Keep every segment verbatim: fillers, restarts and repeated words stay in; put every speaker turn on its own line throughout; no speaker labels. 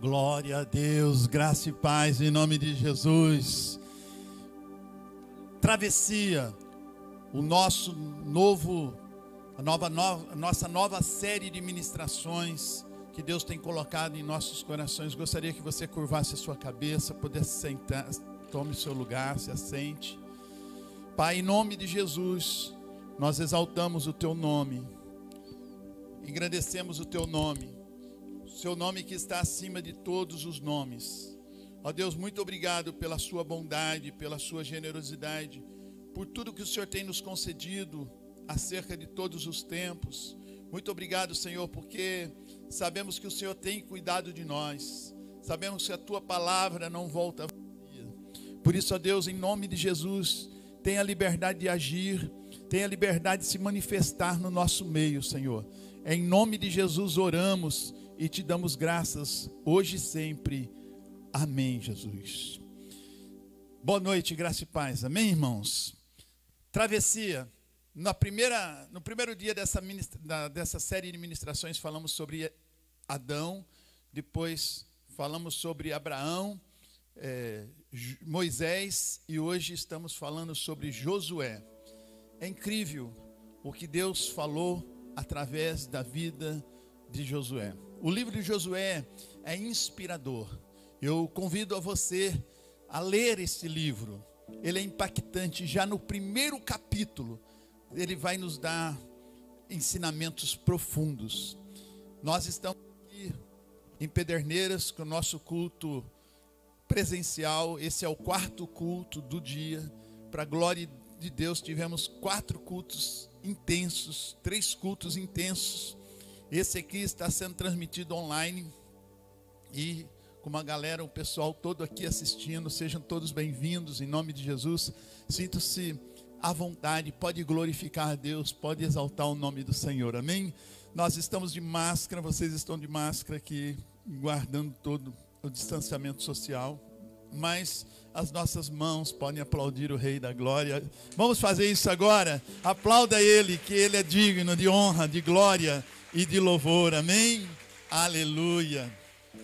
Glória a Deus, graça e paz em nome de Jesus. Travessia, o nosso novo, a, nova, nova, a nossa nova série de ministrações que Deus tem colocado em nossos corações. Gostaria que você curvasse a sua cabeça, pudesse sentar, tome seu lugar, se assente. Pai, em nome de Jesus, nós exaltamos o Teu nome, engrandecemos o Teu nome, o Seu nome que está acima de todos os nomes. Ó Deus, muito obrigado pela Sua bondade, pela Sua generosidade, por tudo que o Senhor tem nos concedido acerca de todos os tempos. Muito obrigado, Senhor, porque sabemos que o Senhor tem cuidado de nós, sabemos que a Tua palavra não volta vazia. Por isso, ó Deus, em nome de Jesus, tenha a liberdade de agir, tenha a liberdade de se manifestar no nosso meio, Senhor. Em nome de Jesus oramos e te damos graças, hoje e sempre. Amém, Jesus. Boa noite, graça e paz. Amém, irmãos? Travessia. Na primeira, no primeiro dia dessa, ministra, dessa série de ministrações falamos sobre Adão, depois falamos sobre Abraão, é, Moisés, e hoje estamos falando sobre Josué. É incrível o que Deus falou através da vida de Josué. O livro de Josué é inspirador. Eu convido a você a ler esse livro. Ele é impactante. Já no primeiro capítulo, ele vai nos dar ensinamentos profundos. Nós estamos aqui em Pederneiras com o nosso culto presencial. Esse é o quarto culto do dia. Para a glória de Deus, tivemos quatro cultos intensos, três cultos intensos. Esse aqui está sendo transmitido online e com uma galera, o pessoal todo aqui assistindo. Sejam todos bem-vindos em nome de Jesus. Sinta-se à vontade, pode glorificar a Deus, pode exaltar o nome do Senhor, amém? Nós estamos de máscara, vocês estão de máscara aqui, guardando todo o distanciamento social, mas as nossas mãos podem aplaudir o Rei da Glória. Vamos fazer isso agora? Aplauda Ele, que Ele é digno de honra, de glória e de louvor, amém? Aleluia.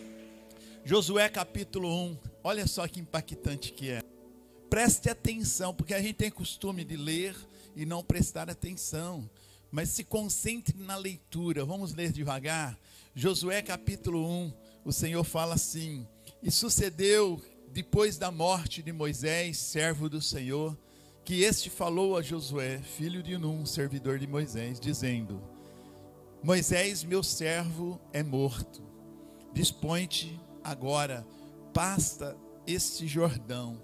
Josué capítulo um, olha só que impactante que é. Preste atenção, porque a gente tem costume de ler e não prestar atenção, mas se concentre na leitura. Vamos ler devagar. Josué capítulo um, o Senhor fala assim: e sucedeu depois da morte de Moisés, servo do Senhor, que este falou a Josué, filho de Num, servidor de Moisés, dizendo: Moisés, meu servo, é morto. Dispõe-te agora, passa este Jordão,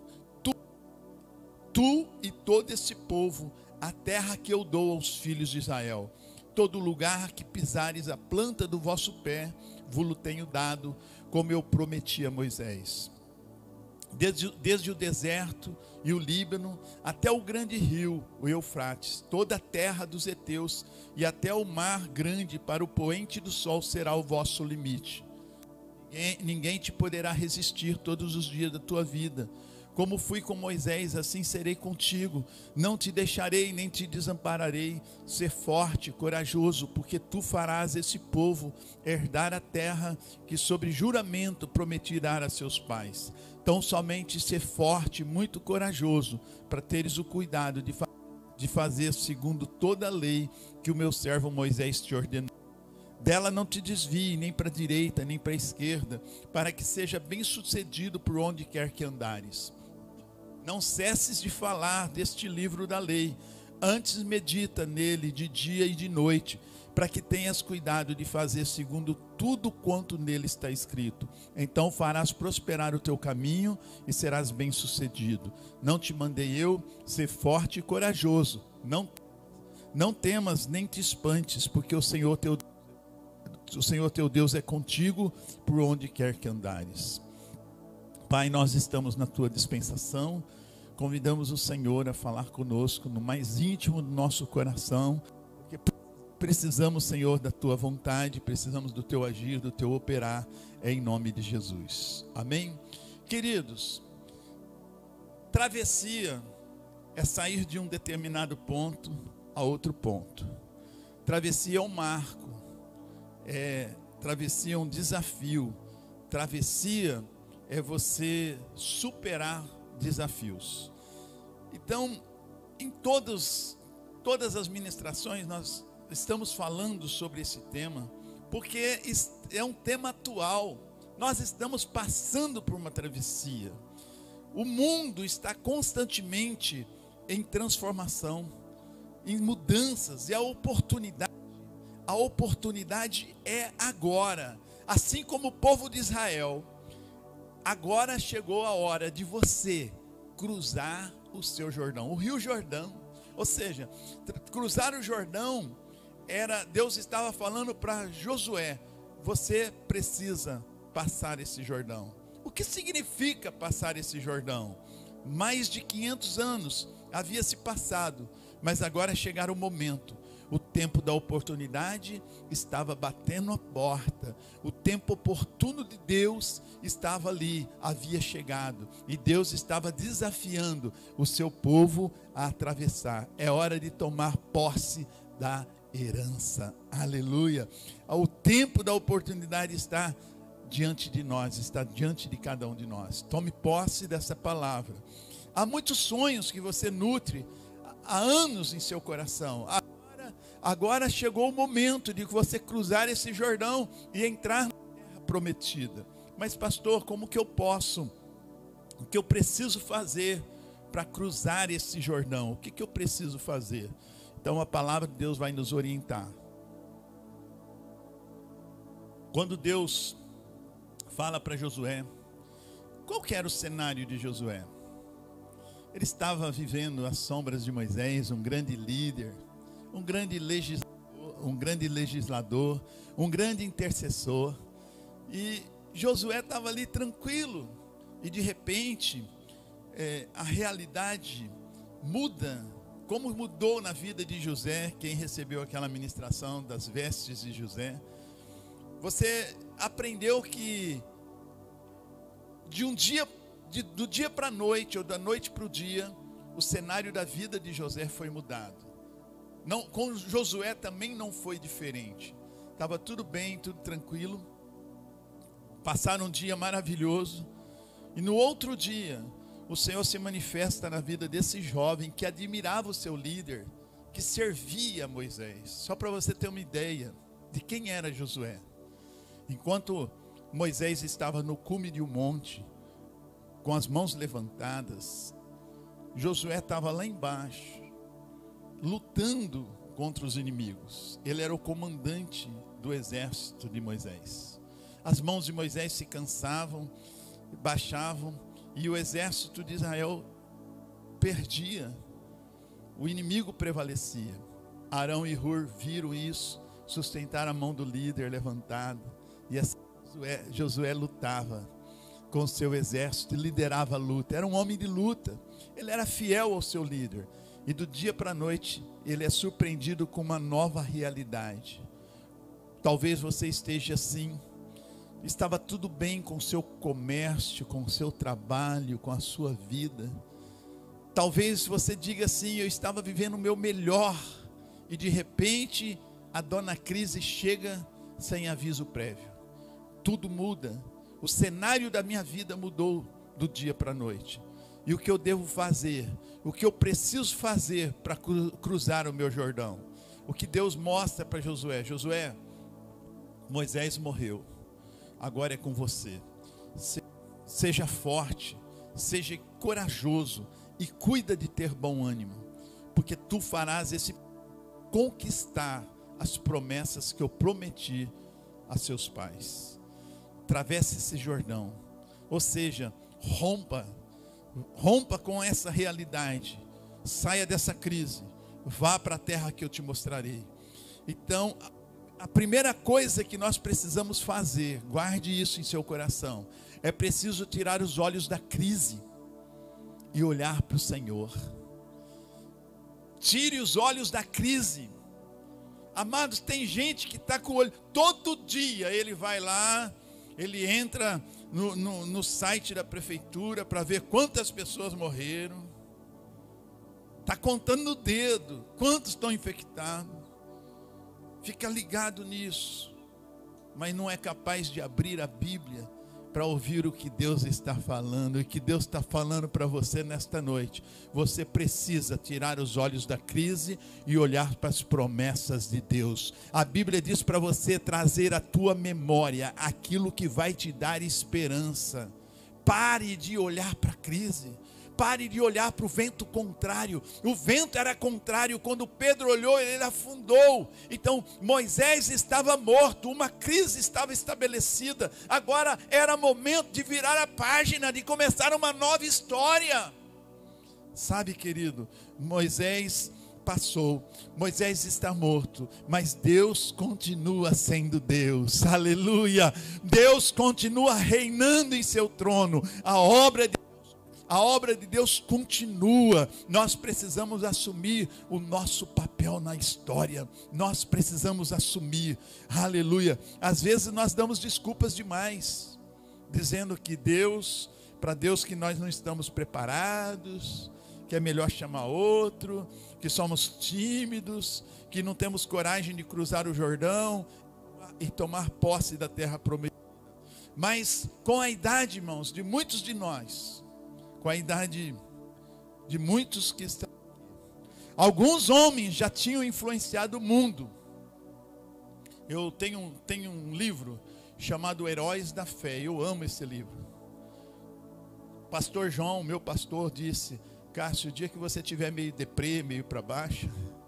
tu e todo esse povo, a terra que eu dou aos filhos de Israel. Todo lugar que pisares a planta do vosso pé, vos tenho dado, como eu prometi a Moisés. Desde, desde o deserto e o Líbano, até o grande rio, o Eufrates, toda a terra dos heteus, e até o mar grande, para o poente do sol será o vosso limite. Ninguém, ninguém te poderá resistir todos os dias da tua vida. Como fui com Moisés, assim serei contigo. Não te deixarei, nem te desampararei. Ser forte, corajoso, porque tu farás esse povo herdar a terra que sobre juramento prometi dar a seus pais. Então somente ser forte, muito corajoso, para teres o cuidado de, fa de fazer segundo toda a lei que o meu servo Moisés te ordenou. Dela não te desvie, nem para a direita, nem para a esquerda, para que seja bem sucedido por onde quer que andares. Não cesses de falar deste livro da lei, antes medita nele de dia e de noite, para que tenhas cuidado de fazer segundo tudo quanto nele está escrito. Então farás prosperar o teu caminho e serás bem-sucedido. Não te mandei eu ser forte e corajoso. Não, não temas nem te espantes, porque o Senhor teu, o Senhor teu Deus é contigo por onde quer que andares. Pai, nós estamos na tua dispensação, convidamos o Senhor a falar conosco no mais íntimo do nosso coração, porque precisamos, Senhor, da tua vontade, precisamos do teu agir, do teu operar, em nome de Jesus. Amém? Queridos, travessia é sair de um determinado ponto a outro ponto. Travessia é um marco, é, travessia é um desafio. travessia é você superar desafios. Então, em todos, todas as ministrações nós estamos falando sobre esse tema, porque é um tema atual. Nós estamos passando por uma travessia. O mundo está constantemente em transformação, em mudanças, e a oportunidade, a oportunidade é agora. Assim como o povo de Israel, agora chegou a hora de você cruzar o seu Jordão, o Rio Jordão. Ou seja, cruzar o Jordão era, Deus estava falando para Josué: você precisa passar esse Jordão. O que significa passar esse Jordão? Mais de quinhentos anos havia se passado, mas agora chegara o momento. O tempo da oportunidade estava batendo a porta. O tempo oportuno de Deus estava ali, havia chegado. E Deus estava desafiando o seu povo a atravessar. É hora de tomar posse da herança. Aleluia. O tempo da oportunidade está diante de nós, está diante de cada um de nós. Tome posse dessa palavra. Há muitos sonhos que você nutre há anos em seu coração. Agora, agora chegou o momento de você cruzar esse Jordão e entrar na terra prometida. Mas pastor, como que eu posso? O que eu preciso fazer para cruzar esse Jordão? O que que eu preciso fazer? Então a palavra de Deus vai nos orientar. Quando Deus fala para Josué, qual que era o cenário de Josué? Ele estava vivendo as sombras de Moisés, um grande líder, um grande legislador, um grande legislador, um grande intercessor. E Josué estava ali tranquilo. E de repente, é, a realidade muda. Como mudou na vida de José, quem recebeu aquela ministração das vestes de José. Você aprendeu que de um dia, de, do dia para a noite, ou da noite para o dia, o cenário da vida de José foi mudado. Não, com Josué também não foi diferente. Estava tudo bem, tudo tranquilo. Passaram um dia maravilhoso. E no outro dia, o Senhor se manifesta na vida desse jovem que admirava o seu líder, que servia a Moisés. Só para você ter uma ideia de quem era Josué. Enquanto Moisés estava no cume de um monte, com as mãos levantadas, Josué estava lá embaixo, lutando contra os inimigos. Ele era o comandante do exército de Moisés. As mãos de Moisés se cansavam, baixavam, e o exército de Israel perdia. O inimigo prevalecia. Arão e Hur viram isso, sustentaram a mão do líder levantado. E assim Josué, Josué lutava com o seu exército e liderava a luta. Era um homem de luta. Ele era fiel ao seu líder. E do dia para a noite, ele é surpreendido com uma nova realidade. Talvez você esteja assim. Estava tudo bem com o seu comércio, com o seu trabalho, com a sua vida. Talvez você diga assim: eu estava vivendo o meu melhor. E de repente, a dona crise chega sem aviso prévio. Tudo muda. O cenário da minha vida mudou do dia para a noite. E o que eu devo fazer? O que eu preciso fazer para cruzar o meu Jordão? O que Deus mostra para Josué: Josué, Moisés morreu. Agora é com você. Seja forte, seja corajoso e cuida de ter bom ânimo, porque tu farás esse conquistar as promessas que eu prometi a seus pais. Atravesse esse Jordão, ou seja, rompa, rompa com essa realidade, saia dessa crise, vá para a terra que eu te mostrarei. Então, a primeira coisa que nós precisamos fazer, guarde isso em seu coração, é preciso tirar os olhos da crise e olhar para o Senhor. Tire os olhos da crise. Amados, tem gente que está com o olho, todo dia ele vai lá, ele entra no, no, no site da prefeitura para ver quantas pessoas morreram, está contando no dedo quantos estão infectados. Fica ligado nisso, mas não é capaz de abrir a Bíblia para ouvir o que Deus está falando, e que Deus está falando para você nesta noite. Você precisa tirar os olhos da crise e olhar para as promessas de Deus. A Bíblia diz para você trazer à tua memória aquilo que vai te dar esperança. Pare de olhar para a crise. Pare de olhar para o vento contrário. O vento era contrário. Quando Pedro olhou, ele afundou. Então Moisés estava morto. Uma crise estava estabelecida. Agora era momento de virar a página, de começar uma nova história. Sabe, querido, Moisés passou, Moisés está morto, mas Deus continua sendo Deus. Aleluia. Deus continua reinando em seu trono. A obra de A obra de Deus continua. Nós precisamos assumir o nosso papel na história. Nós precisamos assumir. Aleluia. Às vezes nós damos desculpas demais, dizendo que Deus, para Deus que nós não estamos preparados, que é melhor chamar outro, que somos tímidos, que não temos coragem de cruzar o Jordão e tomar posse da terra prometida. Mas com a idade, irmãos, de muitos de nós, com a idade de muitos que estão aqui, alguns homens já tinham influenciado o mundo. Eu tenho, tenho um livro chamado Heróis da Fé. Eu amo esse livro. Pastor João, meu pastor, disse: Cássio, o dia que você estiver meio deprê, meio para baixo,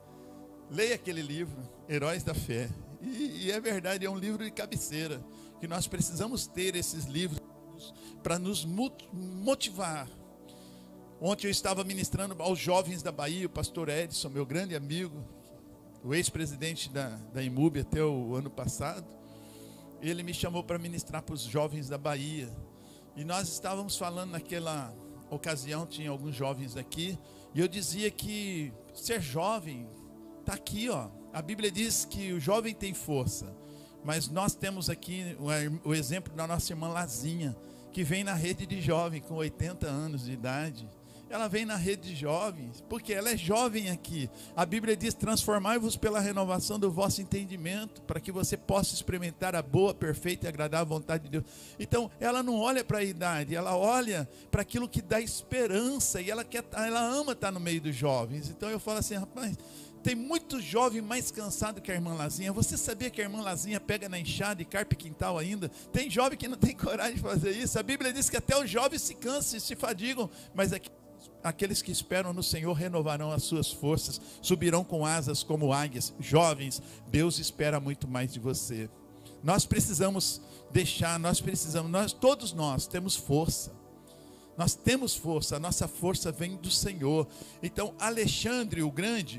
leia aquele livro, Heróis da Fé. E, e é verdade, é um livro de cabeceira, que nós precisamos ter esses livros para nos motivar. Ontem eu estava ministrando aos jovens da Bahia, o pastor Edson, meu grande amigo, o ex-presidente da, da IMUB até o ano passado. Ele me chamou para ministrar para os jovens da Bahia. E nós estávamos falando naquela ocasião, tinha alguns jovens aqui, e eu dizia que ser jovem está aqui, ó. A Bíblia diz que o jovem tem força, mas nós temos aqui o, o exemplo da nossa irmã Lazinha, que vem na rede de jovem com oitenta anos de idade. Ela vem na rede de jovens, porque ela é jovem aqui. A Bíblia diz: transformai-vos pela renovação do vosso entendimento, para que você possa experimentar a boa, perfeita e agradável vontade de Deus. Então, ela não olha para a idade, ela olha para aquilo que dá esperança, e ela, quer, ela ama estar no meio dos jovens. Então eu falo assim: rapaz, tem muito jovem mais cansado que a irmã Lazinha. Você sabia que a irmã Lazinha pega na enxada e carpe quintal ainda? Tem jovem que não tem coragem de fazer isso. A Bíblia diz que até os jovens se cansam e se fadigam, mas aqui aqueles que esperam no Senhor renovarão as suas forças, subirão com asas como águias. Jovens, Deus espera muito mais de você. Nós precisamos deixar, nós precisamos, nós, todos nós temos força. Nós temos força, a nossa força vem do Senhor. Então, Alexandre o Grande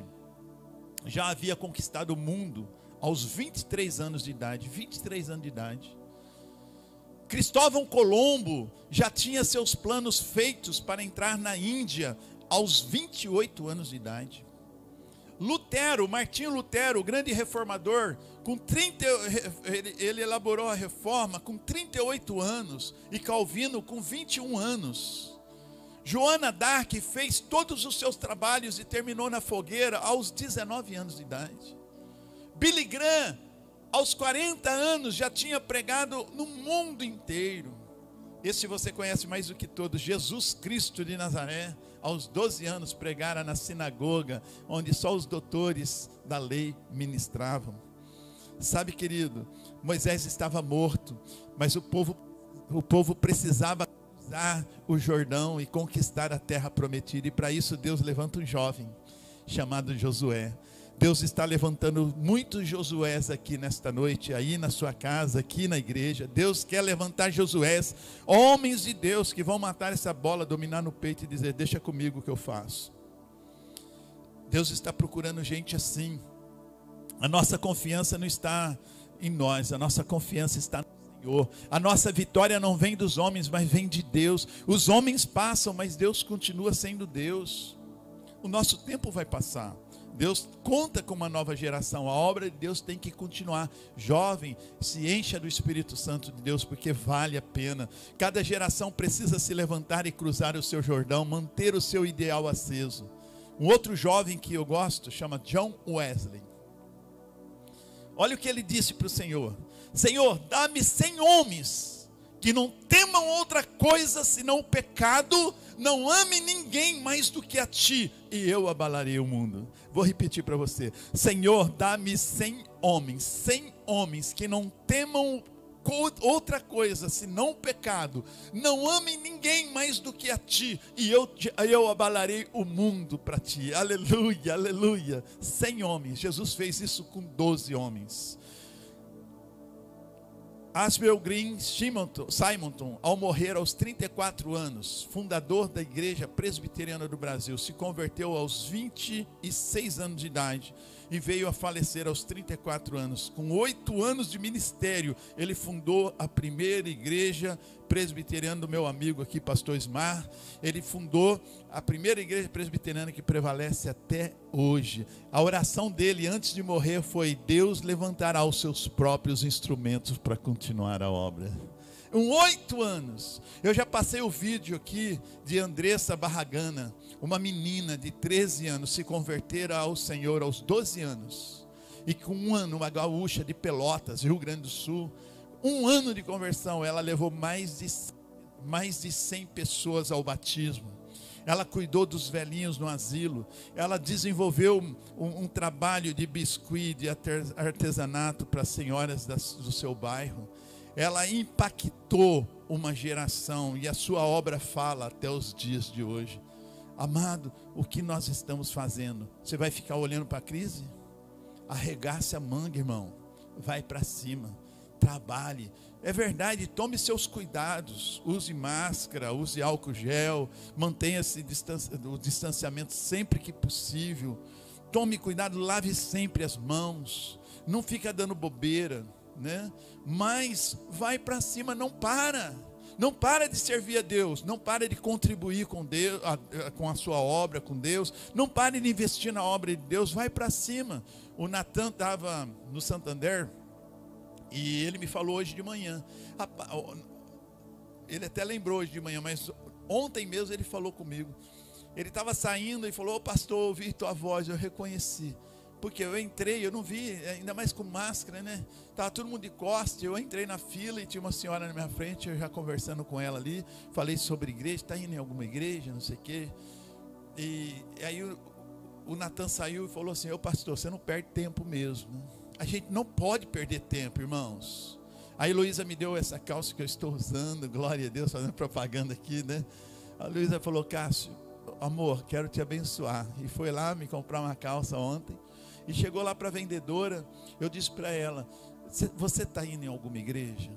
já havia conquistado o mundo aos vinte e três anos de idade. vinte e três anos de idade. Cristóvão Colombo já tinha seus planos feitos para entrar na Índia aos vinte e oito anos de idade. Lutero, Martinho Lutero, o grande reformador, com trinta, ele, ele elaborou a reforma com trinta e oito anos, e Calvino com vinte e um anos. Joana d'Arc fez todos os seus trabalhos e terminou na fogueira aos dezenove anos de idade. Billy Graham, aos quarenta anos, já tinha pregado no mundo inteiro. Esse você conhece mais do que todos. Jesus Cristo de Nazaré, aos doze anos, pregara na sinagoga, onde só os doutores da lei ministravam. Sabe, querido, Moisés estava morto, mas o povo, o povo precisava cruzar o Jordão e conquistar a terra prometida. E para isso Deus levanta um jovem chamado Josué. Deus está levantando muitos Josués aqui nesta noite, aí na sua casa, aqui na igreja. Deus quer levantar Josués, homens de Deus que vão matar essa bola, dominar no peito e dizer: deixa comigo que eu faço. Deus está procurando gente assim. A nossa confiança não está em nós, a nossa confiança está no Senhor. A nossa vitória não vem dos homens, mas vem de Deus. Os homens passam, mas Deus continua sendo Deus. O nosso tempo vai passar. Deus conta com uma nova geração. A obra de Deus tem que continuar. Jovem, se encha do Espírito Santo de Deus, porque vale a pena. Cada geração precisa se levantar e cruzar o seu Jordão, manter o seu ideal aceso. Um outro jovem que eu gosto chama John Wesley. Olha o que ele disse para o Senhor: Senhor, dá-me cem homens que não temam outra coisa senão o pecado, não ame ninguém mais do que a ti, e eu abalarei o mundo. Vou repetir para você: Senhor, dá-me cem homens, cem homens que não temam outra coisa senão o pecado, não amem ninguém mais do que a ti, e eu, eu abalarei o mundo para ti. Aleluia, aleluia. Cem homens. Jesus fez isso com doze homens. Asbel Green Simonton, Simonton, ao morrer aos trinta e quatro anos, fundador da Igreja Presbiteriana do Brasil, se converteu aos vinte e seis anos de idade e veio a falecer aos trinta e quatro anos. Com oito anos de ministério, ele fundou a primeira igreja presbiteriana do meu amigo aqui, pastor Ismar. Ele fundou a primeira igreja presbiteriana que prevalece até hoje. A oração dele antes de morrer foi: Deus levantará os seus próprios instrumentos para continuar a obra. Com oito anos, eu já passei o vídeo aqui de Andressa Barragana, uma menina de treze anos, se converter ao Senhor aos doze anos, e com um ano, uma gaúcha de Pelotas, Rio Grande do Sul, um ano de conversão, ela levou mais de, mais de cem pessoas ao batismo. Ela cuidou dos velhinhos no asilo, ela desenvolveu um, um trabalho de biscuit, de artesanato para as senhoras das, do seu bairro. Ela impactou uma geração e a sua obra fala até os dias de hoje. Amado, o que nós estamos fazendo? Você vai ficar olhando para a crise? Arregace a manga, irmão. Vai para cima. Trabalhe. É verdade, tome seus cuidados. Use máscara, use álcool gel. Mantenha-se o distanciamento sempre que possível. Tome cuidado, lave sempre as mãos. Não fica dando bobeira, né? Mas vai para cima, não para. Não para de servir a Deus, não para de contribuir com Deus, a, com a sua obra, com Deus. Não pare de investir na obra de Deus, vai para cima. O Natan estava no Santander e ele me falou hoje de manhã. Ele até lembrou hoje de manhã, mas ontem mesmo ele falou comigo. Ele estava saindo e falou: ô pastor, eu ouvi tua voz, eu reconheci. Porque eu entrei, eu não vi, ainda mais com máscara, né? Estava todo mundo de costas, eu entrei na fila e tinha uma senhora na minha frente, eu já conversando com ela ali, falei sobre igreja, está indo em alguma igreja, não sei o quê. E, e aí o, o Natan saiu e falou assim: ô pastor, você não perde tempo mesmo, né? A gente não pode perder tempo, irmãos. Aí Luísa me deu essa calça que eu estou usando, glória a Deus, fazendo propaganda aqui, né? A Luísa falou: Cássio, amor, quero te abençoar. E foi lá me comprar uma calça ontem. E chegou lá para a vendedora, eu disse para ela: você está indo em alguma igreja?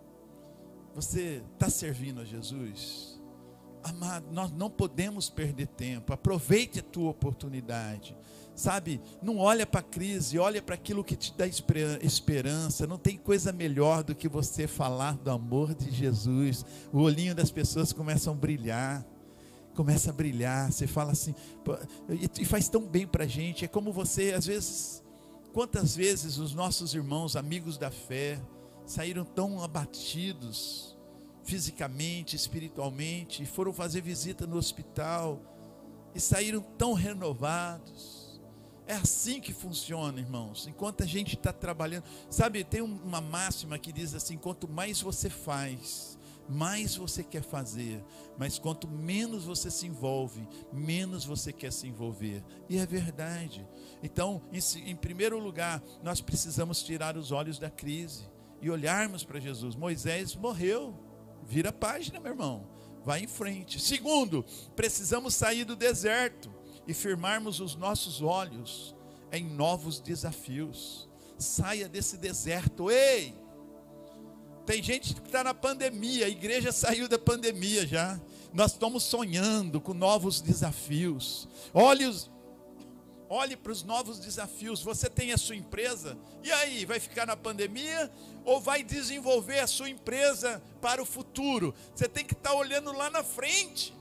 Você está servindo a Jesus? Amado, nós não podemos perder tempo. Aproveite a tua oportunidade. Sabe, não olha para a crise, olha para aquilo que te dá esperança. Não tem coisa melhor do que você falar do amor de Jesus. O olhinho das pessoas começa a brilhar. Começa a brilhar, você fala assim, e faz tão bem para a gente. É como você, às vezes, quantas vezes os nossos irmãos, amigos da fé, saíram tão abatidos, fisicamente, espiritualmente, e foram fazer visita no hospital, e saíram tão renovados. É assim que funciona, irmãos, enquanto a gente está trabalhando. Sabe, tem uma máxima que diz assim: quanto mais você faz, mais você quer fazer, mas quanto menos você se envolve, menos você quer se envolver. E é verdade. Então, em, em primeiro lugar, nós precisamos tirar os olhos da crise e olharmos para Jesus. Moisés morreu, vira a página, meu irmão, vai em frente. Segundo, precisamos sair do deserto e firmarmos os nossos olhos em novos desafios. Saia desse deserto. Ei! Tem gente que está na pandemia, a igreja saiu da pandemia já. Nós estamos sonhando com novos desafios. Olhe, os, olhe para os novos desafios. Você tem a sua empresa, e aí, vai ficar na pandemia ou vai desenvolver a sua empresa para o futuro? Você tem que estar olhando lá na frente.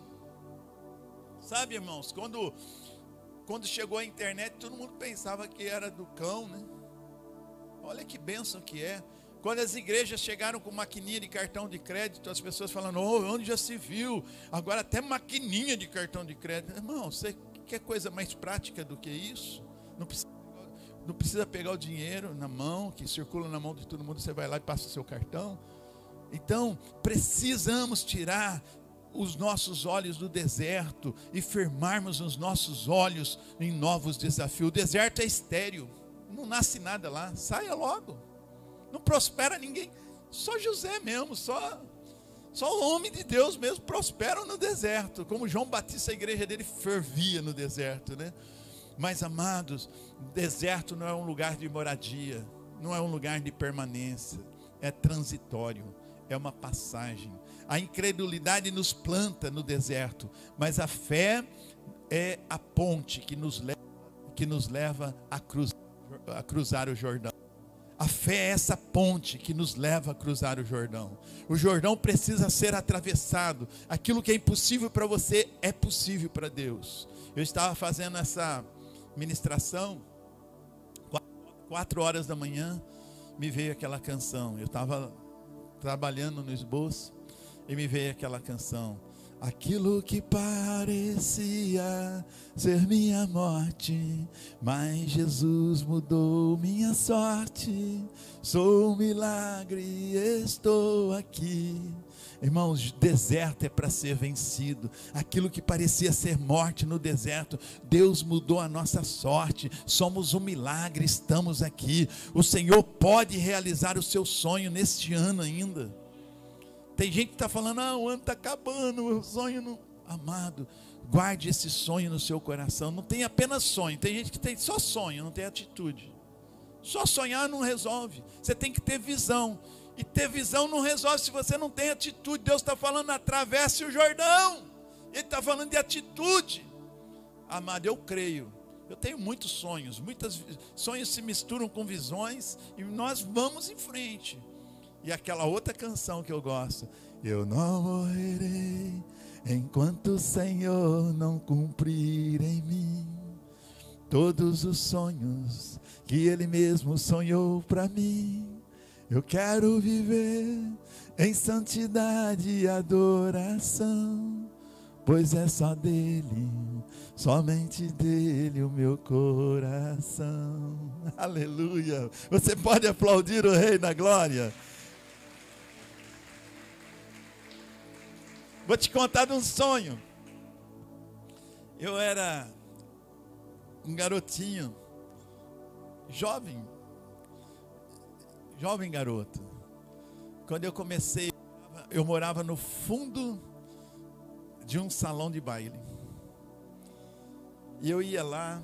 Sabe, irmãos, quando, quando chegou a internet, todo mundo pensava que era do cão, né? Olha que bênção que é. Quando as igrejas chegaram com maquininha de cartão de crédito, as pessoas falando: oh, onde já se viu? Agora até maquininha de cartão de crédito. Irmão, você quer coisa mais prática do que isso? Não precisa, não precisa pegar o dinheiro na mão, que circula na mão de todo mundo, você vai lá e passa o seu cartão. Então, precisamos tirar os nossos olhos do deserto e firmarmos os nossos olhos em novos desafios. O deserto é estéril, não nasce nada lá, saia logo, não prospera ninguém, só José mesmo, só, só o homem de Deus mesmo prospera no deserto, como João Batista, a igreja dele fervia no deserto, né? Mas amados, deserto não é um lugar de moradia, não é um lugar de permanência, é transitório, é uma passagem. A incredulidade nos planta no deserto, mas a fé é a ponte que nos leva, que nos leva a, cruz, a cruzar o Jordão. A fé é essa ponte que nos leva a cruzar o Jordão. O Jordão precisa ser atravessado. Aquilo que é impossível para você é possível para Deus. Eu estava fazendo essa ministração, quatro horas da manhã, me veio aquela canção. Eu estava trabalhando no esboço e me veio aquela canção. Aquilo que parecia ser minha morte, mas Jesus mudou minha sorte. Sou um milagre, estou aqui. Irmãos, deserto é para ser vencido. Aquilo que parecia ser morte no deserto, Deus mudou a nossa sorte. Somos um milagre, estamos aqui. O Senhor pode realizar o seu sonho neste ano ainda. Tem gente que está falando, ah, o ano está acabando, o sonho não... Amado, guarde esse sonho no seu coração. Não tem apenas sonho, tem gente que tem só sonho, não tem atitude. Só sonhar não resolve, você tem que ter visão. E ter visão não resolve se você não tem atitude. Deus está falando, atravesse o Jordão. Ele está falando de atitude. Amado, eu creio, eu tenho muitos sonhos, muitos sonhos se misturam com visões, e nós vamos em frente. E aquela outra canção que eu gosto, eu não morrerei enquanto o Senhor não cumprir em mim todos os sonhos que Ele mesmo sonhou para mim. Eu quero viver em santidade e adoração, pois é só dele, somente dele o meu coração. Aleluia! Você pode aplaudir o Rei da Glória? Vou te contar de um sonho. Eu era um garotinho, jovem, jovem garoto. Quando eu comecei, eu morava no fundo de um salão de baile. E eu ia lá,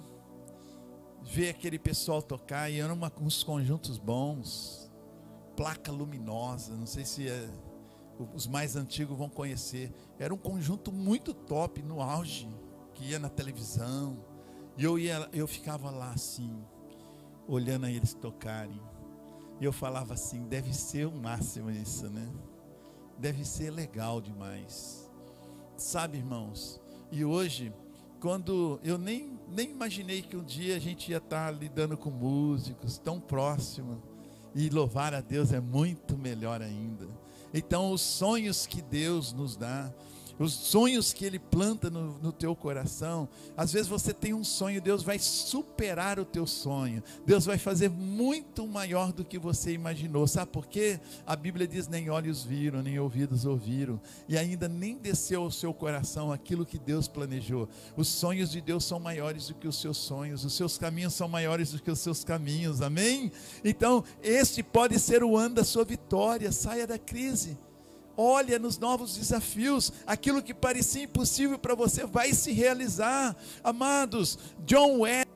ver aquele pessoal tocar, e eram uns conjuntos bons, placa luminosa, não sei se é... os mais antigos vão conhecer. Era um conjunto muito top, no auge, que ia na televisão. E eu, ia, eu ficava lá assim, olhando a eles tocarem. E eu falava assim, deve ser o máximo isso, né? Deve ser legal demais. Sabe, irmãos? E hoje, quando eu nem, nem imaginei que um dia a gente ia estar lidando com músicos tão próximo. E louvar a Deus é muito melhor ainda. Então, os sonhos que Deus nos dá, os sonhos que Ele planta no, no teu coração, às vezes você tem um sonho, Deus vai superar o teu sonho, Deus vai fazer muito maior do que você imaginou. Sabe por quê? A Bíblia diz, nem olhos viram, nem ouvidos ouviram, e ainda nem desceu ao seu coração aquilo que Deus planejou. Os sonhos de Deus são maiores do que os seus sonhos, os seus caminhos são maiores do que os seus caminhos, amém? Então, este pode ser o ano da sua vitória. Saia da crise, olha nos novos desafios. Aquilo que parecia impossível para você vai se realizar. Amados, John Wesley,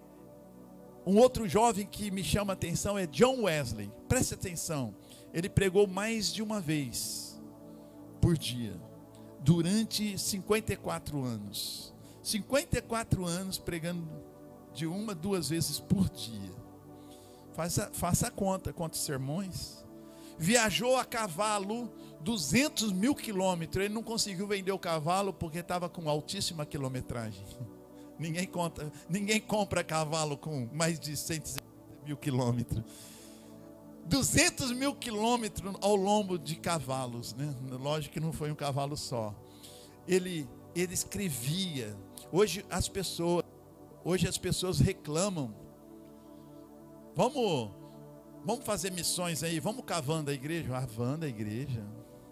um outro jovem que me chama a atenção é John Wesley. Preste atenção, ele pregou mais de uma vez por dia, durante cinquenta e quatro anos. cinquenta e quatro anos pregando de uma, duas vezes por dia. Faça, faça a conta, quantos sermões. Viajou a cavalo duzentos mil quilômetros. Ele não conseguiu vender o cavalo porque estava com altíssima quilometragem. Ninguém, conta, ninguém compra cavalo com mais de cento e cinquenta mil quilômetros. duzentos mil quilômetros ao lombo de cavalos, né? Lógico que não foi um cavalo só. Ele, ele escrevia. Hoje as pessoas, hoje as pessoas reclamam. Vamos... Vamos fazer missões aí, vamos cavando a igreja, avando a igreja.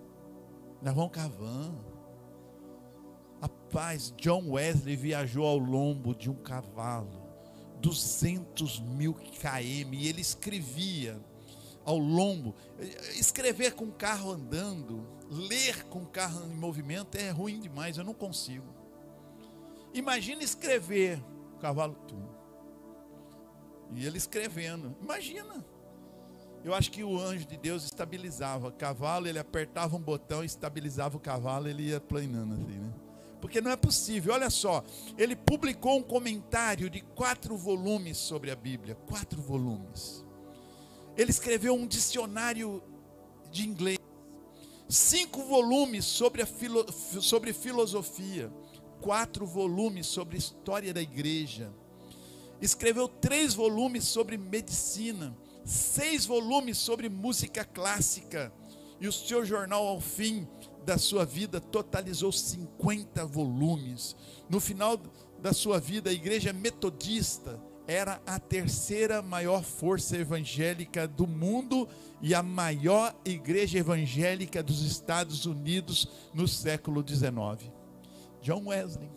Nós vamos cavando. Rapaz, John Wesley viajou ao lombo de um cavalo, duzentos mil quilômetros, e ele escrevia ao lombo. Escrever com o carro andando, ler com o carro em movimento é ruim demais, eu não consigo. Imagina escrever, o cavalo, tum, e ele escrevendo, imagina. Eu acho que o anjo de Deus estabilizava o cavalo, ele apertava um botão e estabilizava o cavalo, ele ia planando assim, né? Porque não é possível, olha só, ele publicou um comentário de quatro volumes sobre a Bíblia, quatro volumes. Ele escreveu um dicionário de inglês, cinco volumes sobre, a filo, sobre filosofia, quatro volumes sobre história da igreja, escreveu três volumes sobre medicina, seis volumes sobre música clássica, e o seu jornal, ao fim da sua vida, totalizou cinquenta volumes. No final da sua vida, a igreja metodista era a terceira maior força evangélica do mundo e a maior igreja evangélica dos Estados Unidos no século dezenove. John Wesley,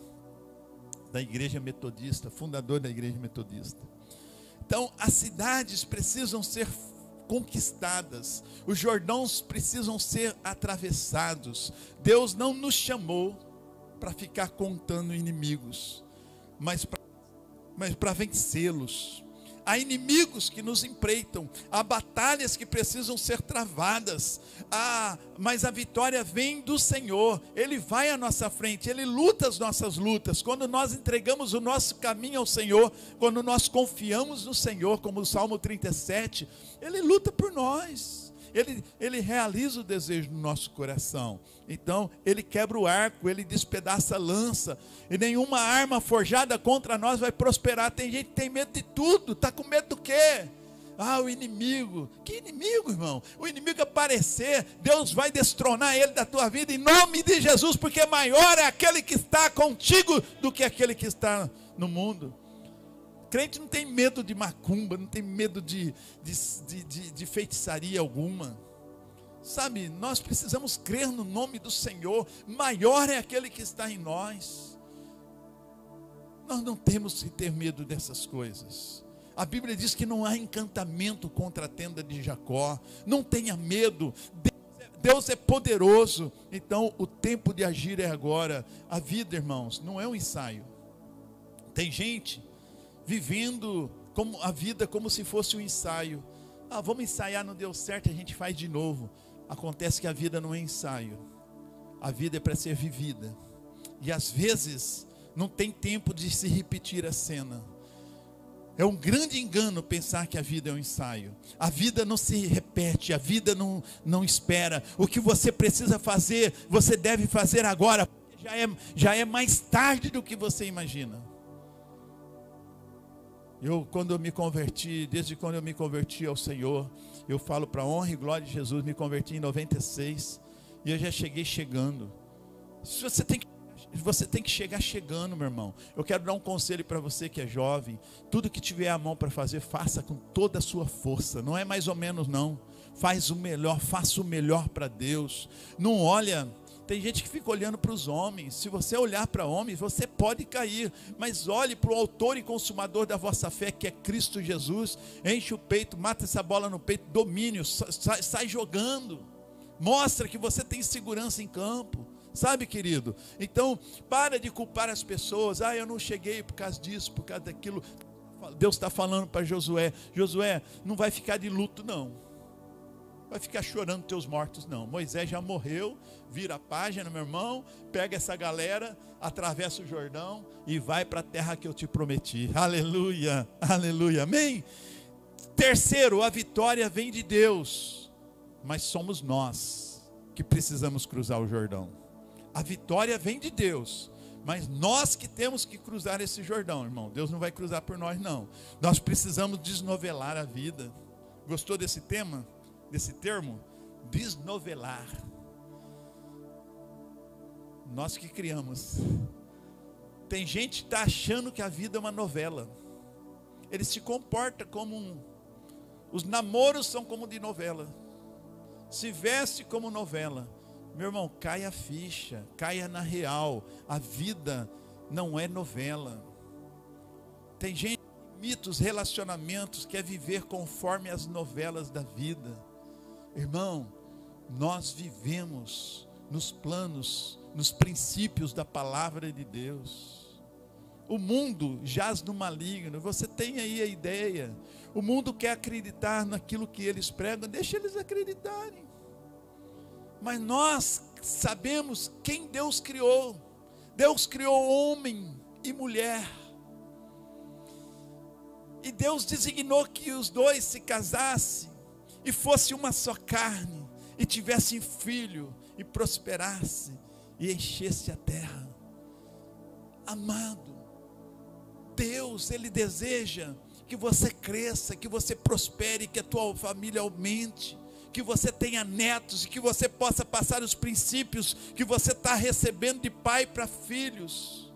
da igreja metodista, fundador da igreja metodista. Então, as cidades precisam ser conquistadas, os Jordãos precisam ser atravessados. Deus não nos chamou para ficar contando inimigos, mas para mas para vencê-los. Há inimigos que nos empreitam, há batalhas que precisam ser travadas, há, mas a vitória vem do Senhor. Ele vai à nossa frente, Ele luta as nossas lutas. Quando nós entregamos o nosso caminho ao Senhor, quando nós confiamos no Senhor, como o Salmo trinta e sete, Ele luta por nós. Ele, ele realiza o desejo no nosso coração. Então, Ele quebra o arco, Ele despedaça a lança, e nenhuma arma forjada contra nós vai prosperar. Tem gente que tem medo de tudo. Está com medo do quê? Ah, o inimigo. Que inimigo, irmão? O inimigo aparecer, Deus vai destronar ele da tua vida em nome de Jesus, porque maior é aquele que está contigo do que aquele que está no mundo. Crente não tem medo de macumba, não tem medo de, de, de, de feitiçaria alguma. Sabe, nós precisamos crer no nome do Senhor. Maior é aquele que está em nós. Nós não temos que ter medo dessas coisas. A Bíblia diz que não há encantamento contra a tenda de Jacó. Não tenha medo. Deus é, Deus é poderoso. Então o tempo de agir é agora. A vida, irmãos, não é um ensaio. Tem gente vivendo como a vida como se fosse um ensaio. Ah, vamos ensaiar, não deu certo, a gente faz de novo. Acontece que a vida não é ensaio. A vida é para ser vivida. E às vezes não tem tempo de se repetir a cena. É um grande engano pensar que a vida é um ensaio. A vida não se repete, a vida não, não espera. O que você precisa fazer, você deve fazer agora, porque já é, já é mais tarde do que você imagina. Eu, quando eu me converti, desde quando eu me converti ao Senhor, eu falo para a honra e glória de Jesus, me converti em noventa e seis, e eu já cheguei chegando. Você tem que, você tem que chegar chegando, meu irmão. Eu quero dar um conselho para você que é jovem. Tudo que tiver à mão para fazer, faça com toda a sua força. Não é mais ou menos não. Faz o melhor, faça o melhor para Deus. Não olha... Tem gente que fica olhando para os homens. Se você olhar para homens, você pode cair. Mas olhe para o autor e consumador da vossa fé, que é Cristo Jesus. Enche o peito, mata essa bola no peito, domínio, sai, sai jogando. Mostra que você tem segurança em campo. Sabe, querido? Então, para de culpar as pessoas. Ah, eu não cheguei por causa disso, por causa daquilo. Deus está falando para Josué. Josué, não vai ficar de luto não. Vai ficar chorando teus mortos, não. Moisés já morreu, vira a página, meu irmão, pega essa galera, atravessa o Jordão e vai para a terra que eu te prometi. Aleluia, aleluia, amém? Terceiro, a vitória vem de Deus, mas somos nós que precisamos cruzar o Jordão. A vitória vem de Deus, mas nós que temos que cruzar esse Jordão, irmão. Deus não vai cruzar por nós, não. Nós precisamos desnovelar a vida. Gostou desse tema? Desse termo? Desnovelar. Nós que criamos. Tem gente que está achando que a vida é uma novela. Ele se comporta como um... Os namoros são como de novela. Se veste como novela. Meu irmão, caia a ficha, caia na real. A vida não é novela. Tem gente que imita os relacionamentos, quer viver conforme as novelas da vida. Irmão, nós vivemos nos planos, nos princípios da palavra de Deus. O mundo jaz no maligno, você tem aí a ideia. O mundo quer acreditar naquilo que eles pregam, deixa eles acreditarem. Mas nós sabemos quem Deus criou. Deus criou homem e mulher. E Deus designou que os dois se casassem e fosse uma só carne, e tivessem filho, e prosperasse, e enchesse a terra. Amado, Deus, Ele deseja que você cresça, que você prospere, que a tua família aumente, que você tenha netos, e que você possa passar os princípios que você está recebendo de pai para filhos.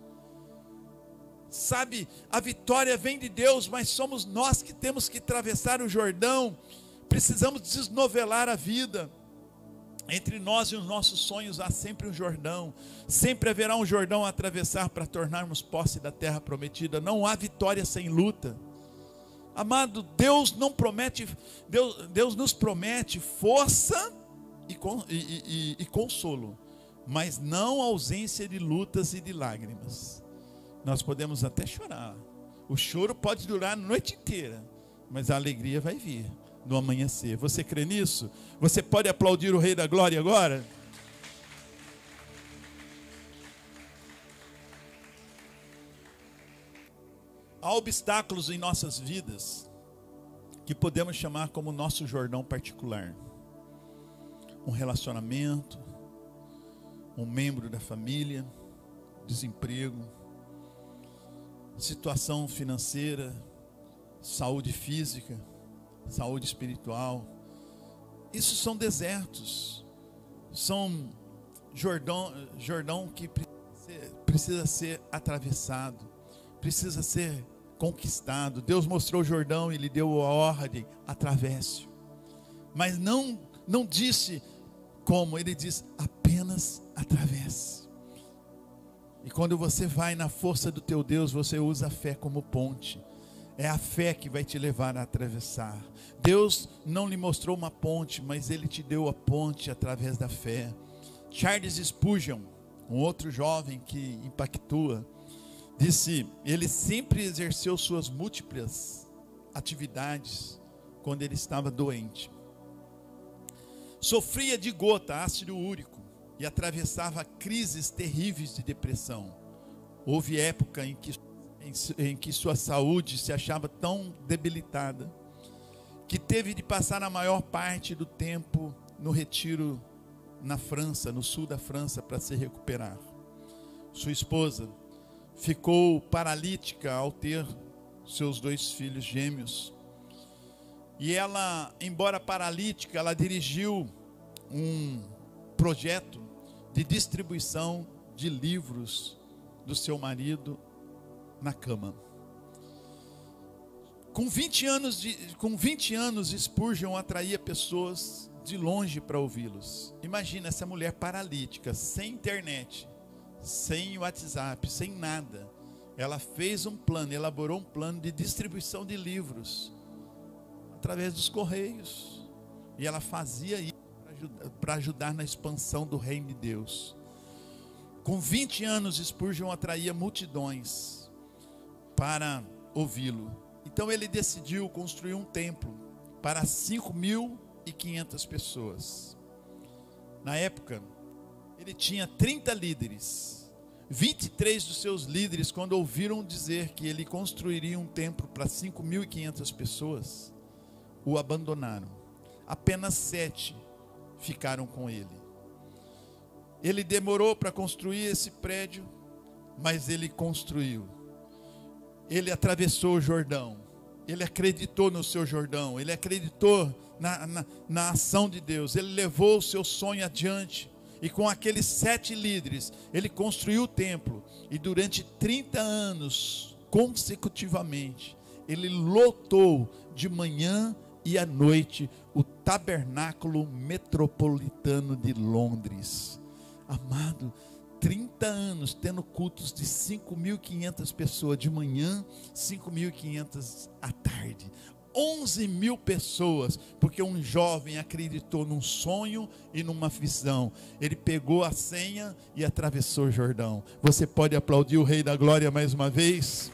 Sabe, a vitória vem de Deus, mas somos nós que temos que atravessar o Jordão. Precisamos desnovelar a vida. Entre nós e os nossos sonhos há sempre um Jordão. Sempre haverá um Jordão a atravessar para tornarmos posse da terra prometida. Não há vitória sem luta. Amado, Deus não promete, Deus, Deus nos promete força e, e, e, e consolo, mas não ausência de lutas e de lágrimas. Nós podemos até chorar. O choro pode durar a noite inteira, mas a alegria vai vir no amanhecer. Você crê nisso? Você pode aplaudir o Rei da Glória agora? Há obstáculos em nossas vidas que podemos chamar como nosso Jordão particular. Um relacionamento, um membro da família, desemprego, situação financeira, saúde física, saúde espiritual. Isso são desertos, são Jordão, Jordão que precisa ser atravessado, precisa ser conquistado. Deus mostrou o Jordão e lhe deu a ordem: atravesse. Mas não, não disse como, ele diz: apenas atravesse. E quando você vai na força do teu Deus, você usa a fé como ponte. É a fé que vai te levar a atravessar. Deus não lhe mostrou uma ponte, mas Ele te deu a ponte através da fé. Charles Spurgeon, um outro jovem que impactua, disse: ele sempre exerceu suas múltiplas atividades quando ele estava doente. Sofria de gota, ácido úrico, e atravessava crises terríveis de depressão. Houve época em que, em, em que sua saúde se achava tão debilitada, que teve de passar a maior parte do tempo no retiro na França, no sul da França, para se recuperar. Sua esposa ficou paralítica ao ter seus dois filhos gêmeos. E ela, embora paralítica, ela dirigiu um projeto de distribuição de livros do seu marido na cama. Com vinte anos, de, com vinte anos, Spurgeon atraía pessoas de longe para ouvi-los. Imagina essa mulher paralítica, sem internet, sem WhatsApp, sem nada. Ela fez um plano, elaborou um plano de distribuição de livros através dos correios. E ela fazia isso para ajudar na expansão do reino de Deus. Com vinte anos, Spurgeon atraía multidões para ouvi-lo. Então ele decidiu construir um templo para cinco mil e quinhentas pessoas. Na época, ele tinha trinta líderes. vinte e três dos seus líderes, quando ouviram dizer que ele construiria um templo para cinco mil e quinhentas pessoas, o abandonaram. Apenas sete ficaram com ele. Ele demorou para construir esse prédio, mas ele construiu. Ele atravessou o Jordão. Ele acreditou no seu Jordão. Ele acreditou na, na, na ação de Deus. Ele levou o seu sonho adiante. E com aqueles sete líderes, ele construiu o templo. E durante trinta anos, consecutivamente, ele lotou de manhã e à noite o Tabernáculo Metropolitano de Londres. Amado, trinta anos tendo cultos de cinco mil e quinhentas pessoas de manhã, cinco mil e quinhentas à tarde. onze mil pessoas, porque um jovem acreditou num sonho e numa visão. Ele pegou a senha e atravessou o Jordão. Você pode aplaudir o Rei da Glória mais uma vez?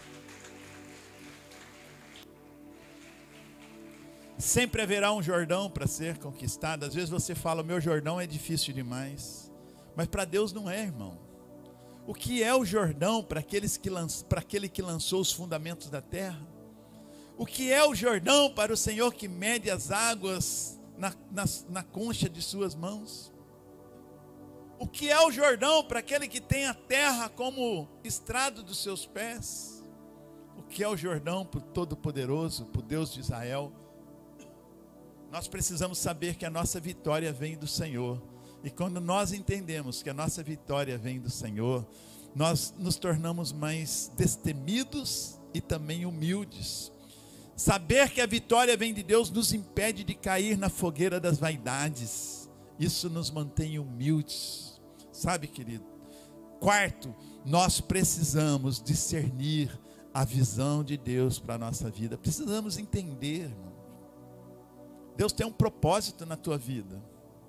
Sempre haverá um Jordão para ser conquistado. Às vezes você fala, meu Jordão é difícil demais. Mas para Deus não é, irmão. O que é o Jordão para aqueles que lanç... para aquele que lançou os fundamentos da terra? O que é o Jordão para o Senhor que mede as águas na, na, na concha de suas mãos? O que é o Jordão para aquele que tem a terra como estrado dos seus pés? O que é o Jordão para o Todo-Poderoso, para o Deus de Israel? Nós precisamos saber que a nossa vitória vem do Senhor. E quando nós entendemos que a nossa vitória vem do Senhor, nós nos tornamos mais destemidos e também humildes. Saber que a vitória vem de Deus nos impede de cair na fogueira das vaidades. Isso nos mantém humildes. Sabe, querido? Quarto, nós precisamos discernir a visão de Deus para a nossa vida. Precisamos entender, irmão. Deus tem um propósito na tua vida.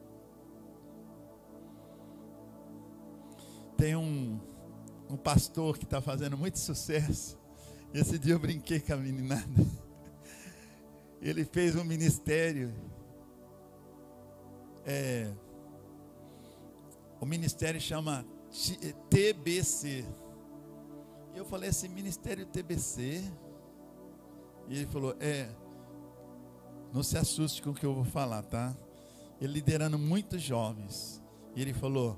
Tem um, um pastor que está fazendo muito sucesso. E esse dia eu brinquei com a meninada. Ele fez um ministério. É, o ministério chama T B C. E eu falei assim, ministério T B C? E ele falou, é, não se assuste com o que eu vou falar, tá? Ele liderando muitos jovens. E ele falou,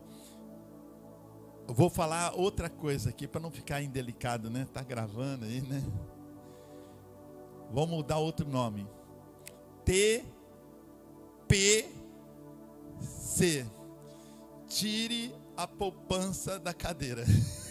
eu vou falar outra coisa aqui para não ficar indelicado, né? Tá gravando aí, né? Vamos mudar outro nome. T P C. Tire a poupança da cadeira.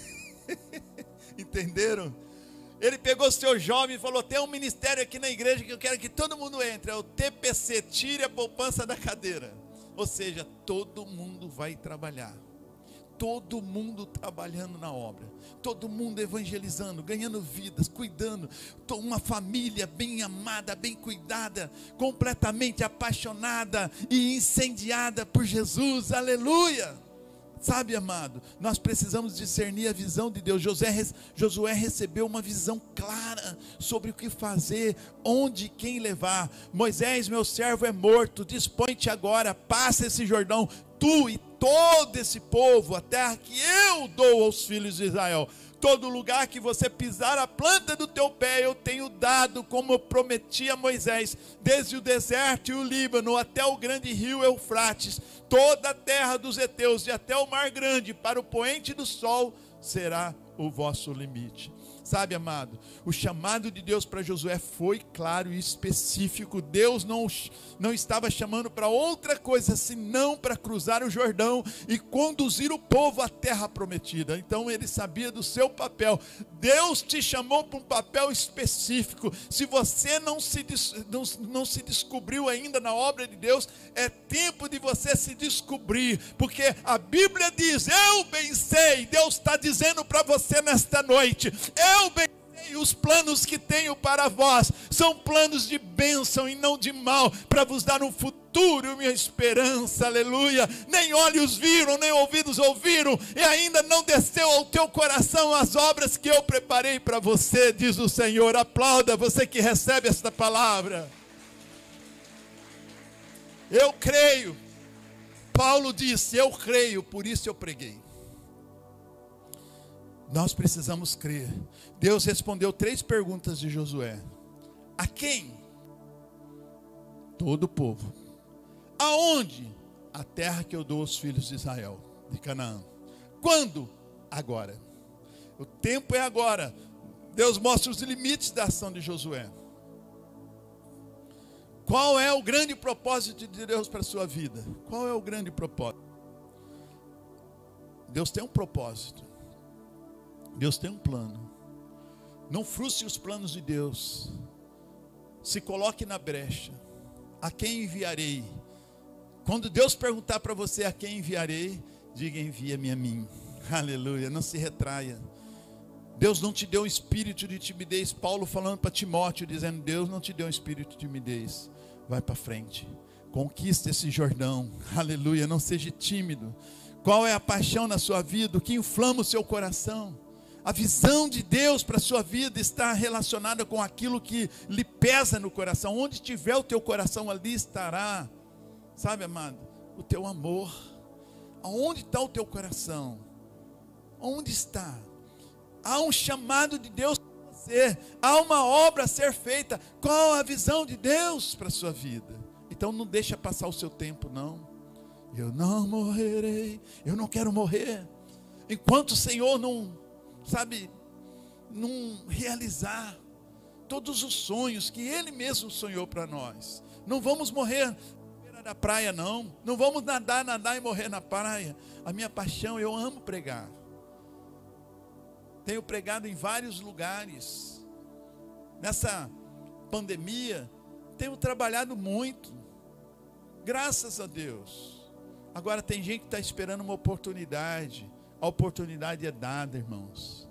Entenderam? Ele pegou o seu jovem e falou, tem um ministério aqui na igreja que eu quero que todo mundo entre. É o T P C, tire a poupança da cadeira. Ou seja, todo mundo vai trabalhar. Todo mundo trabalhando na obra, todo mundo evangelizando, ganhando vidas, cuidando, uma família bem amada, bem cuidada, completamente apaixonada e incendiada por Jesus, aleluia. Sabe, amado, nós precisamos discernir a visão de Deus. Josué, Josué recebeu uma visão clara sobre o que fazer, onde e quem levar. Moisés, meu servo é morto, dispõe-te agora, passa esse Jordão, tu e todo esse povo, a terra que eu dou aos filhos de Israel. Todo lugar que você pisar a planta do teu pé, eu tenho dado, como eu prometi a Moisés, desde o deserto e o Líbano, até o grande rio Eufrates, toda a terra dos heteus e até o mar grande, para o poente do sol, será o vosso limite. Sabe, amado, o chamado de Deus para Josué foi claro e específico. Deus não, não estava chamando para outra coisa, senão para cruzar o Jordão e conduzir o povo à terra prometida. Então ele sabia do seu papel. Deus te chamou para um papel específico. Se você não se, não, não se descobriu ainda na obra de Deus, é tempo de você se descobrir, porque a Bíblia diz, eu bem sei, Deus está dizendo para você nesta noite, eu bem sei os planos que tenho para vós, são planos de bênção e não de mal, para vos dar um futuro e uma esperança, aleluia. Nem olhos viram, nem ouvidos ouviram, e ainda não desceu ao teu coração as obras que eu preparei para você, diz o Senhor. Aplauda você que recebe esta palavra. Eu creio. Paulo disse, eu creio, por isso eu preguei. Nós precisamos crer. Deus respondeu três perguntas de Josué. A quem? Todo o povo. Aonde? A terra que eu dou aos filhos de Israel, de Canaã. Quando? Agora. O tempo é agora. Deus mostra os limites da ação de Josué. Qual é o grande propósito de Deus para a sua vida? Qual é o grande propósito? Deus tem um propósito. Deus tem um plano. Não frustre os planos de Deus. Se coloque na brecha. a quem enviarei? Quando Deus perguntar para você a quem enviarei, diga: envia-me a mim. Aleluia, não se retraia. Deus não te deu um espírito de timidez. Paulo falando para Timóteo, dizendo: Deus não te deu um espírito de timidez. Vai para frente, conquista esse Jordão. Aleluia, não seja tímido. Qual é a paixão na sua vida? O que inflama o seu coração? A visão de Deus para a sua vida está relacionada com aquilo que lhe pesa no coração. Onde estiver o teu coração, ali estará, sabe, amado, o teu amor. Aonde está o teu coração? Onde está? Há um chamado de Deus para você, há uma obra a ser feita. Qual a visão de Deus para a sua vida? Então não deixa passar o seu tempo, não. Eu não morrerei, eu não quero morrer, enquanto o Senhor não, sabe, não realizar todos os sonhos que Ele mesmo sonhou para nós. Não vamos morrer na beira da praia, não. Não vamos nadar, nadar e morrer na praia. A minha paixão, eu amo pregar. Tenho pregado em vários lugares. Nessa pandemia, tenho trabalhado muito. Graças a Deus. Agora tem gente que está esperando uma oportunidade. A oportunidade é dada, irmãos.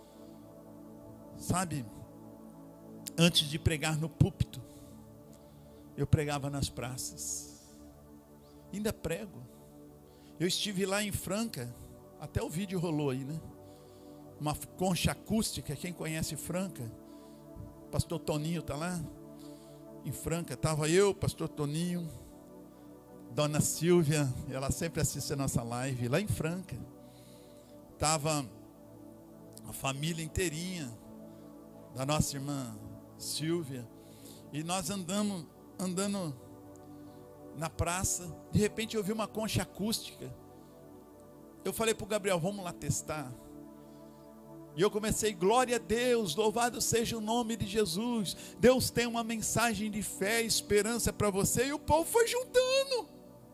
Sabe, antes de pregar no púlpito, eu pregava nas praças. Ainda prego. Eu estive lá em Franca, até o vídeo rolou aí, né? Uma concha acústica, quem conhece Franca? Pastor Toninho está lá? Em Franca, estava eu, pastor Toninho, Dona Silvia, ela sempre assiste a nossa live, lá em Franca. Estava a família inteirinha da nossa irmã Silvia. E nós andamos, andando na praça. De repente eu vi uma concha acústica. Eu falei para o Gabriel: vamos lá testar. E eu comecei: glória a Deus, louvado seja o nome de Jesus. Deus tem uma mensagem de fé e esperança para você. E o povo foi juntando.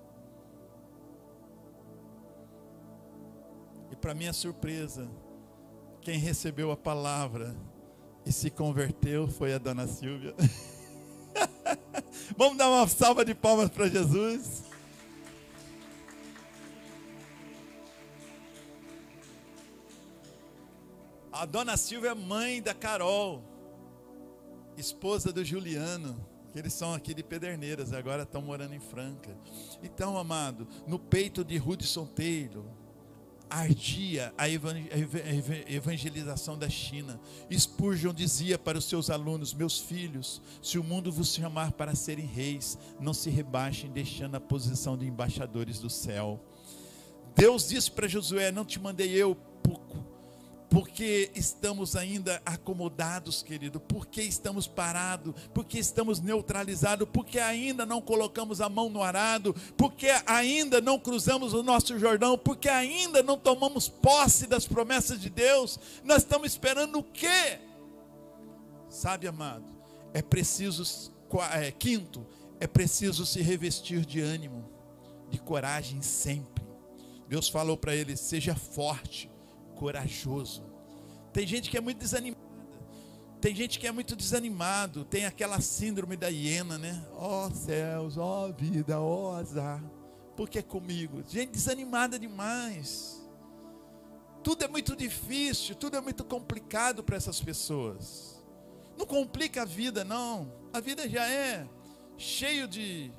E para minha surpresa, quem recebeu a palavra e se converteu foi a Dona Silvia. Vamos dar uma salva de palmas para Jesus. A Dona Silvia é mãe da Carol, esposa do Juliano, que eles são aqui de Pederneiras, agora estão morando em Franca. Então, amado, no peito de Hudson Taylor ardia a evangelização da China. Spurgeon dizia para os seus alunos: meus filhos, se o mundo vos chamar para serem reis, não se rebaixem deixando a posição de embaixadores do céu. Deus disse para Josué: não te mandei eu porque estamos ainda acomodados, querido, porque estamos parados, porque estamos neutralizados, porque ainda não colocamos a mão no arado, porque ainda não cruzamos o nosso Jordão, porque ainda não tomamos posse das promessas de Deus. Nós estamos esperando o quê? Sabe, amado, é preciso, é, quinto, é preciso se revestir de ânimo, de coragem sempre. Deus falou para ele: seja forte, corajoso. Tem gente que é muito desanimada, tem gente que é muito desanimado, tem aquela síndrome da hiena, né? Ó céus, ó vida, ó azar, porque é comigo. Gente desanimada demais. Tudo é muito difícil, tudo é muito complicado para essas pessoas. Não complica a vida, não. A vida já é cheio de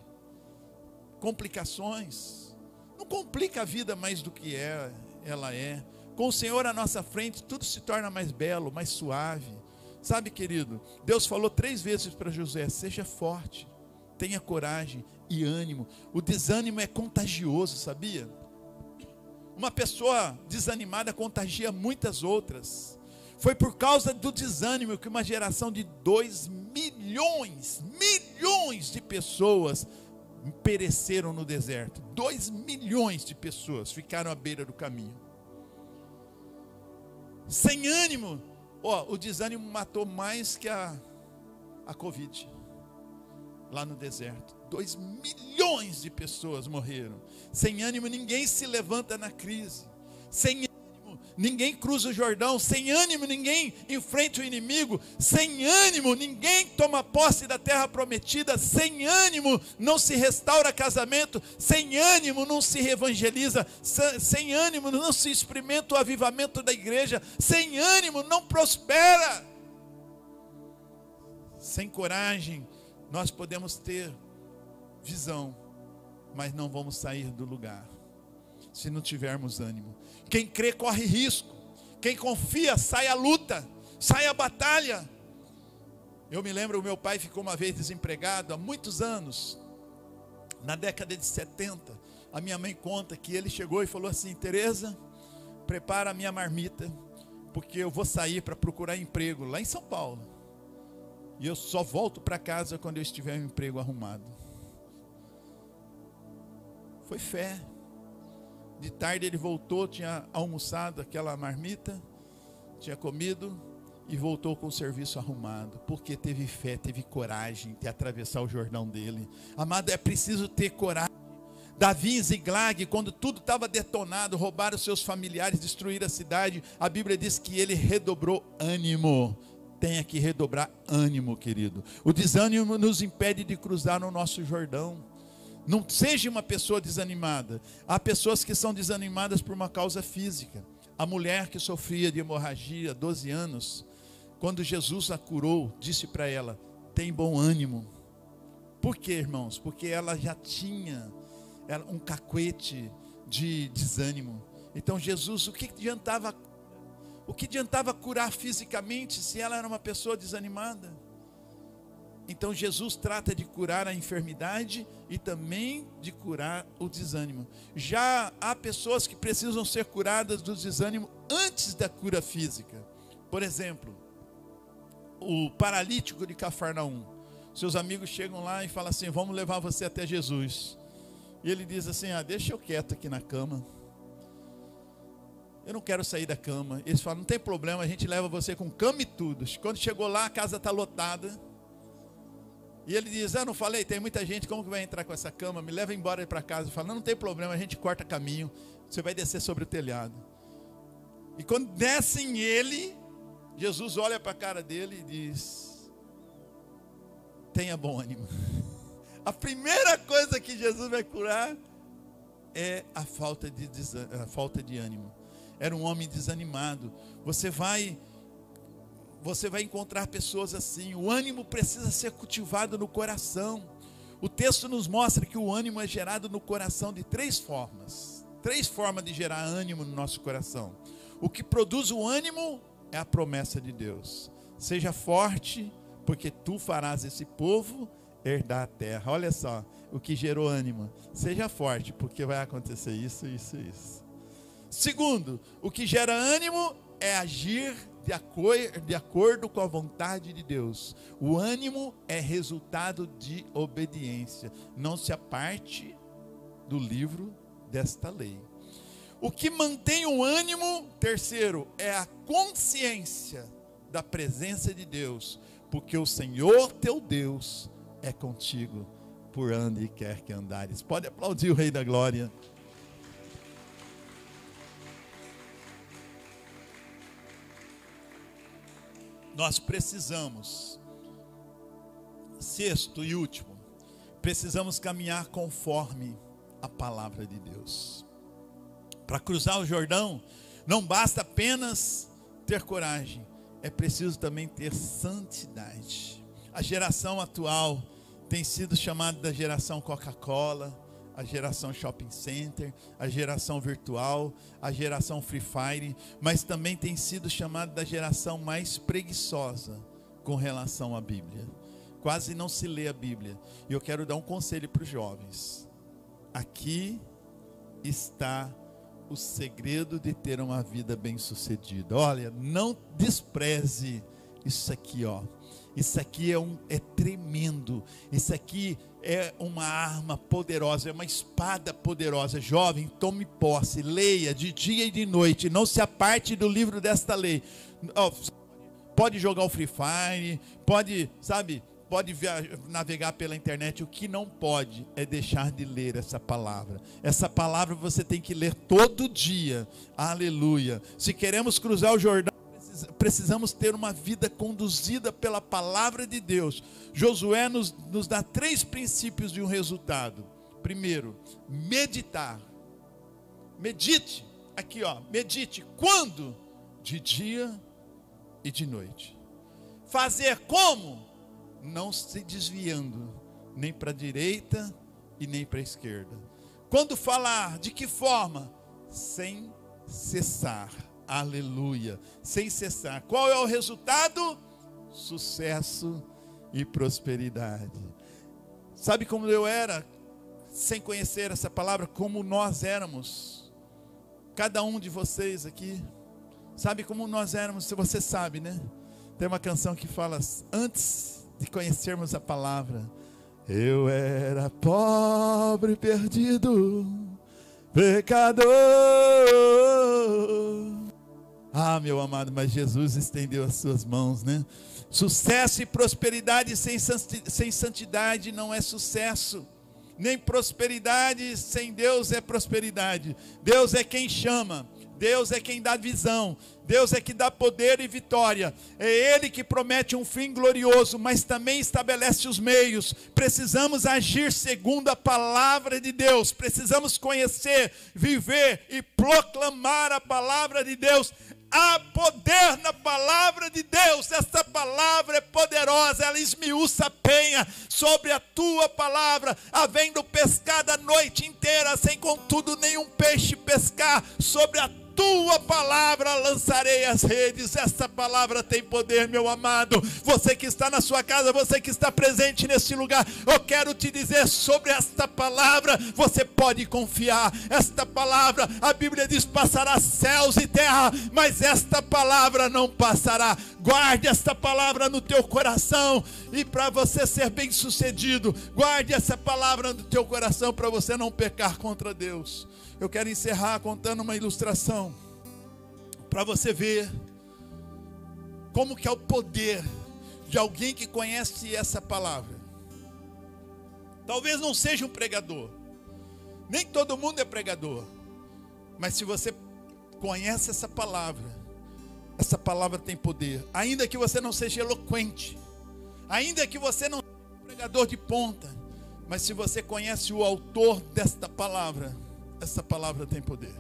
complicações. Não complica a vida mais do que é, ela é. Com o Senhor à nossa frente, tudo se torna mais belo, mais suave. Sabe, querido, Deus falou três vezes para Josué: seja forte, tenha coragem e ânimo. O desânimo é contagioso, sabia? Uma pessoa desanimada contagia muitas outras. Foi por causa do desânimo que uma geração de dois milhões, milhões de pessoas pereceram no deserto. Dois milhões de pessoas ficaram à beira do caminho. Sem ânimo. Ó, o desânimo matou mais que a, a Covid. Lá no deserto. Dois milhões de pessoas morreram. Sem ânimo, ninguém se levanta na crise. Sem ânimo, ninguém cruza o Jordão. Sem ânimo, ninguém enfrenta o inimigo. Sem ânimo, ninguém toma posse da terra prometida. Sem ânimo, não se restaura casamento. Sem ânimo, não se evangeliza. Sem ânimo, não se experimenta o avivamento da igreja. Sem ânimo, não prospera. Sem coragem, nós podemos ter visão, mas não vamos sair do lugar, se não tivermos ânimo. Quem crê corre risco, quem confia sai à luta, sai à batalha. Eu me lembro, o meu pai ficou uma vez desempregado há muitos anos, na década de setenta. A minha mãe conta que ele chegou e falou assim: Tereza, prepara a minha marmita, porque eu vou sair para procurar emprego lá em São Paulo, e eu só volto para casa quando eu estiver um emprego arrumado. Foi fé. De tarde ele voltou, tinha almoçado aquela marmita, tinha comido e voltou com o serviço arrumado, porque teve fé, teve coragem de atravessar o Jordão dele. Amado, é preciso ter coragem. Davi em Ziglag, quando tudo estava detonado, roubaram seus familiares, destruíram a cidade, a Bíblia diz que ele redobrou ânimo. Tenha que redobrar ânimo, querido. O desânimo nos impede de cruzar no nosso Jordão. Não seja uma pessoa desanimada. Há pessoas que são desanimadas por uma causa física. A mulher que sofria de hemorragia há doze anos, quando Jesus a curou, disse para ela: tem bom ânimo. Por quê, irmãos? Porque ela já tinha um cacuete de desânimo. Então Jesus, o que adiantava, o que adiantava curar fisicamente se ela era uma pessoa desanimada? Então Jesus trata de curar a enfermidade e também de curar o desânimo. Já há pessoas que precisam ser curadas do desânimo antes da cura física. Por exemplo, o paralítico de Cafarnaum. Seus amigos chegam lá e falam assim: vamos levar você até Jesus. E ele diz assim: ah, deixa eu quieto aqui na cama. Eu não quero sair da cama. Eles falam: não tem problema, a gente leva você com cama e tudo. Quando chegou lá, a casa está lotada. E ele diz: ah, não falei, tem muita gente, como que vai entrar com essa cama? Me leva embora para casa. Ele fala: não, não tem problema, a gente corta caminho, você vai descer sobre o telhado. E quando descem ele, Jesus olha para a cara dele e diz: tenha bom ânimo. A primeira coisa que Jesus vai curar é a falta de, a falta de ânimo. Era um homem desanimado. Você vai... Você vai encontrar pessoas assim. O ânimo precisa ser cultivado no coração. O texto nos mostra que o ânimo é gerado no coração de três formas. Três formas de gerar ânimo no nosso coração. O que produz o ânimo é a promessa de Deus. Seja forte, porque tu farás esse povo herdar a terra. Olha só, o que gerou ânimo. Seja forte, porque vai acontecer isso, isso e isso. Segundo, o que gera ânimo é agir De acordo, de acordo com a vontade de Deus. O ânimo é resultado de obediência. Não se aparte do livro desta lei. O que mantém o ânimo, terceiro, é a consciência da presença de Deus, porque o Senhor teu Deus é contigo por onde quer que andares. Pode aplaudir o Rei da Glória. Nós precisamos, sexto e último, precisamos caminhar conforme a palavra de Deus. Para cruzar o Jordão, não basta apenas ter coragem, é preciso também ter santidade. A geração atual tem sido chamada da geração Coca-Cola, a geração shopping center, a geração virtual, a geração Free Fire, mas também tem sido chamada da geração mais preguiçosa com relação à Bíblia. Quase não se lê a Bíblia. E eu quero dar um conselho para os jovens. Aqui está o segredo de ter uma vida bem-sucedida. Olha, não despreze isso aqui, ó. Isso aqui é, um, é tremendo. Isso aqui é uma arma poderosa, é uma espada poderosa. Jovem, tome posse, leia de dia e de noite. Não se aparte do livro desta lei. Oh, pode jogar o Free Fire, pode, sabe, pode via- navegar pela internet, o que não pode é deixar de ler essa palavra. Essa palavra você tem que ler todo dia. Aleluia. Se queremos cruzar o Jordão, precisamos ter uma vida conduzida pela palavra de Deus. Josué nos, nos dá três princípios de um resultado. Primeiro, meditar. Medite. Aqui, ó, medite. Quando? De dia e de noite. Fazer como? Não se desviando, nem para a direita e nem para a esquerda. Quando falar, de que forma? Sem cessar. Aleluia. Sem cessar. Qual é o resultado? Sucesso e prosperidade. Sabe como eu era, sem conhecer essa palavra, como nós éramos? Cada um de vocês aqui. Sabe como nós éramos? Se você sabe, né? Tem uma canção que fala, antes de conhecermos a palavra, eu era pobre, perdido, pecador. Ah, meu amado, mas Jesus estendeu as suas mãos, né? Sucesso e prosperidade sem santidade não é sucesso. Nem prosperidade sem Deus é prosperidade. Deus é quem chama. Deus é quem dá visão, Deus é que dá poder e vitória, é Ele que promete um fim glorioso, mas também estabelece os meios. Precisamos agir segundo a palavra de Deus, precisamos conhecer, viver e proclamar a palavra de Deus. Há poder na palavra de Deus, essa palavra é poderosa, ela esmiuça a penha sobre a tua palavra, havendo pescado a noite inteira, sem contudo nenhum peixe pescar, sobre a tua palavra lançarei as redes. Essa palavra tem poder, meu amado. Você que está na sua casa, você que está presente neste lugar, eu quero te dizer sobre esta palavra, você pode confiar. Esta palavra, a Bíblia diz, passará céus e terra, mas esta palavra não passará. Guarde esta palavra no teu coração, e para você ser bem sucedido, guarde essa palavra no teu coração, para você não pecar contra Deus. Eu quero encerrar contando uma ilustração, para você ver como que é o poder de alguém que conhece essa palavra. Talvez não seja um pregador, nem todo mundo é pregador, mas se você conhece essa palavra, essa palavra tem poder. Ainda que você não seja eloquente, ainda que você não seja um pregador de ponta, mas se você conhece o autor desta palavra, essa palavra tem poder.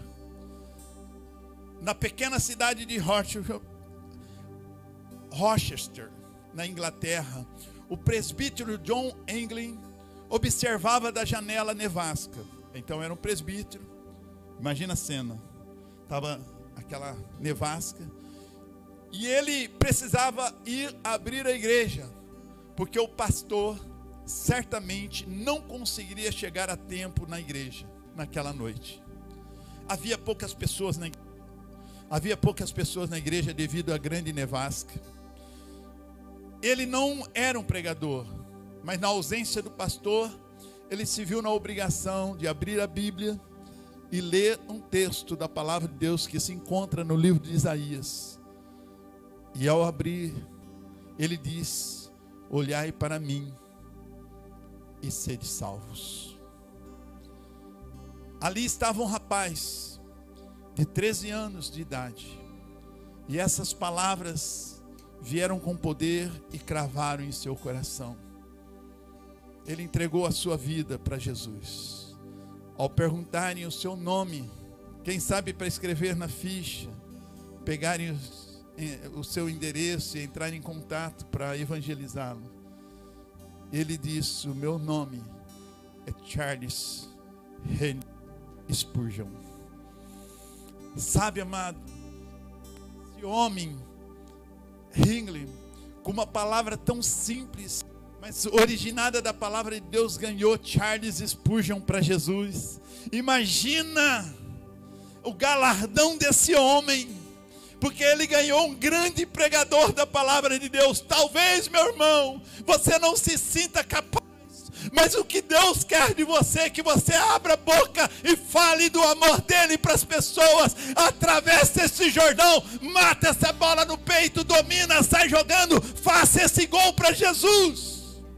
Na pequena cidade de Rochester, Rochester, na Inglaterra, o presbítero John Englin observava da janela nevasca. Então era um presbítero. Imagina a cena. Estava aquela nevasca. E ele precisava ir abrir a igreja, porque o pastor certamente não conseguiria chegar a tempo na igreja naquela noite. Havia poucas pessoas na igreja. Havia poucas pessoas na igreja devido à grande nevasca. Ele não era um pregador, mas na ausência do pastor, ele se viu na obrigação de abrir a Bíblia e ler um texto da palavra de Deus que se encontra no livro de Isaías. E ao abrir, ele diz: olhai para mim e sede salvos. Ali estava um rapaz de treze anos de idade, e essas palavras vieram com poder e cravaram em seu coração. Ele entregou a sua vida para Jesus. Ao perguntarem o seu nome, quem sabe para escrever na ficha, pegarem o seu endereço e entrarem em contato para evangelizá-lo, ele disse: o meu nome é Charles Henry Spurgeon. Sabe, amado, esse homem Hingley, com uma palavra tão simples, mas originada da palavra de Deus, ganhou Charles Spurgeon para Jesus. Imagina o galardão desse homem, porque ele ganhou um grande pregador da palavra de Deus. Talvez, meu irmão, você não se sinta capaz, mas o que Deus quer de você é que você abra a boca e fale do amor dele para as pessoas. Atravesse esse Jordão, mata essa bola no peito, domina, sai jogando, faça esse gol para Jesus.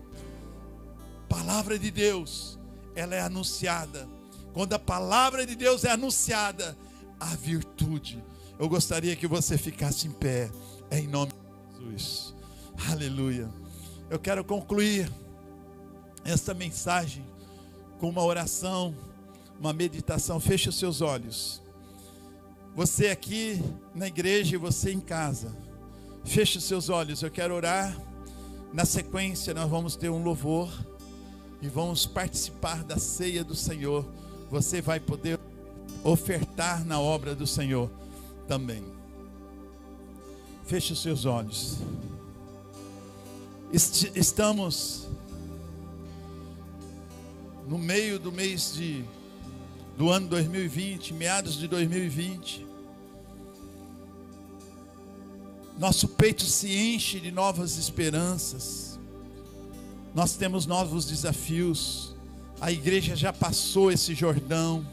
palavra de Deus, ela é anunciada, quando a palavra de Deus é anunciada, a virtude. Eu gostaria que você ficasse em pé, em nome de Jesus. Aleluia. Eu quero concluir esta mensagem com uma oração, uma meditação. Feche os seus olhos. Você aqui na igreja e você em casa, feche os seus olhos. Eu quero orar. Na sequência nós vamos ter um louvor e vamos participar da ceia do Senhor. Você vai poder ofertar na obra do Senhor também. Feche os seus olhos. Estamos no meio do mês de, do ano dois mil e vinte, meados de dois mil e vinte. Nosso peito se enche de novas esperanças. Nós temos novos desafios. A igreja já passou esse Jordão.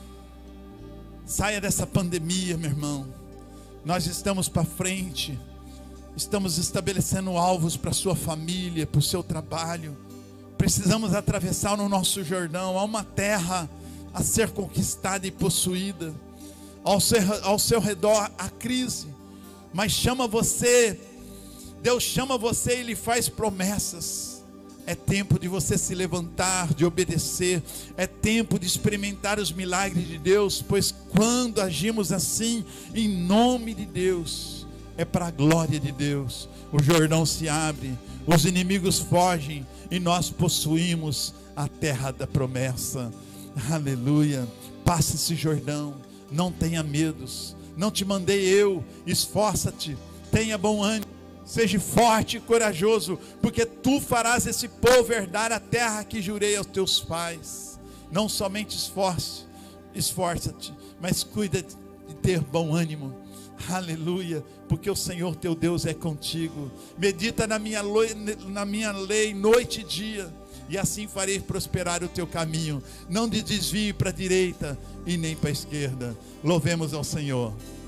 Saia dessa pandemia, meu irmão. Nós estamos para frente. Estamos estabelecendo alvos para a sua família, para o seu trabalho. Precisamos atravessar no nosso Jordão. Há uma terra a ser conquistada e possuída. Ao seu, ao seu redor há crise. Mas chama você, Deus chama você e lhe faz promessas. É tempo de você se levantar, de obedecer. É tempo de experimentar os milagres de Deus. Pois quando agimos assim, em nome de Deus, é para a glória de Deus. O Jordão se abre, os inimigos fogem e nós possuímos a terra da promessa. Aleluia. Passe esse Jordão, não tenha medos. Não te mandei eu, esforça-te, tenha bom ânimo, seja forte e corajoso, porque tu farás esse povo herdar a terra que jurei aos teus pais. Não somente esforce, esforça-te, mas cuida de ter bom ânimo. Aleluia, porque o Senhor teu Deus é contigo. Medita na minha, na minha lei noite e dia, e assim farei prosperar o teu caminho. Não te desvie para a direita e nem para a esquerda. Louvemos ao Senhor.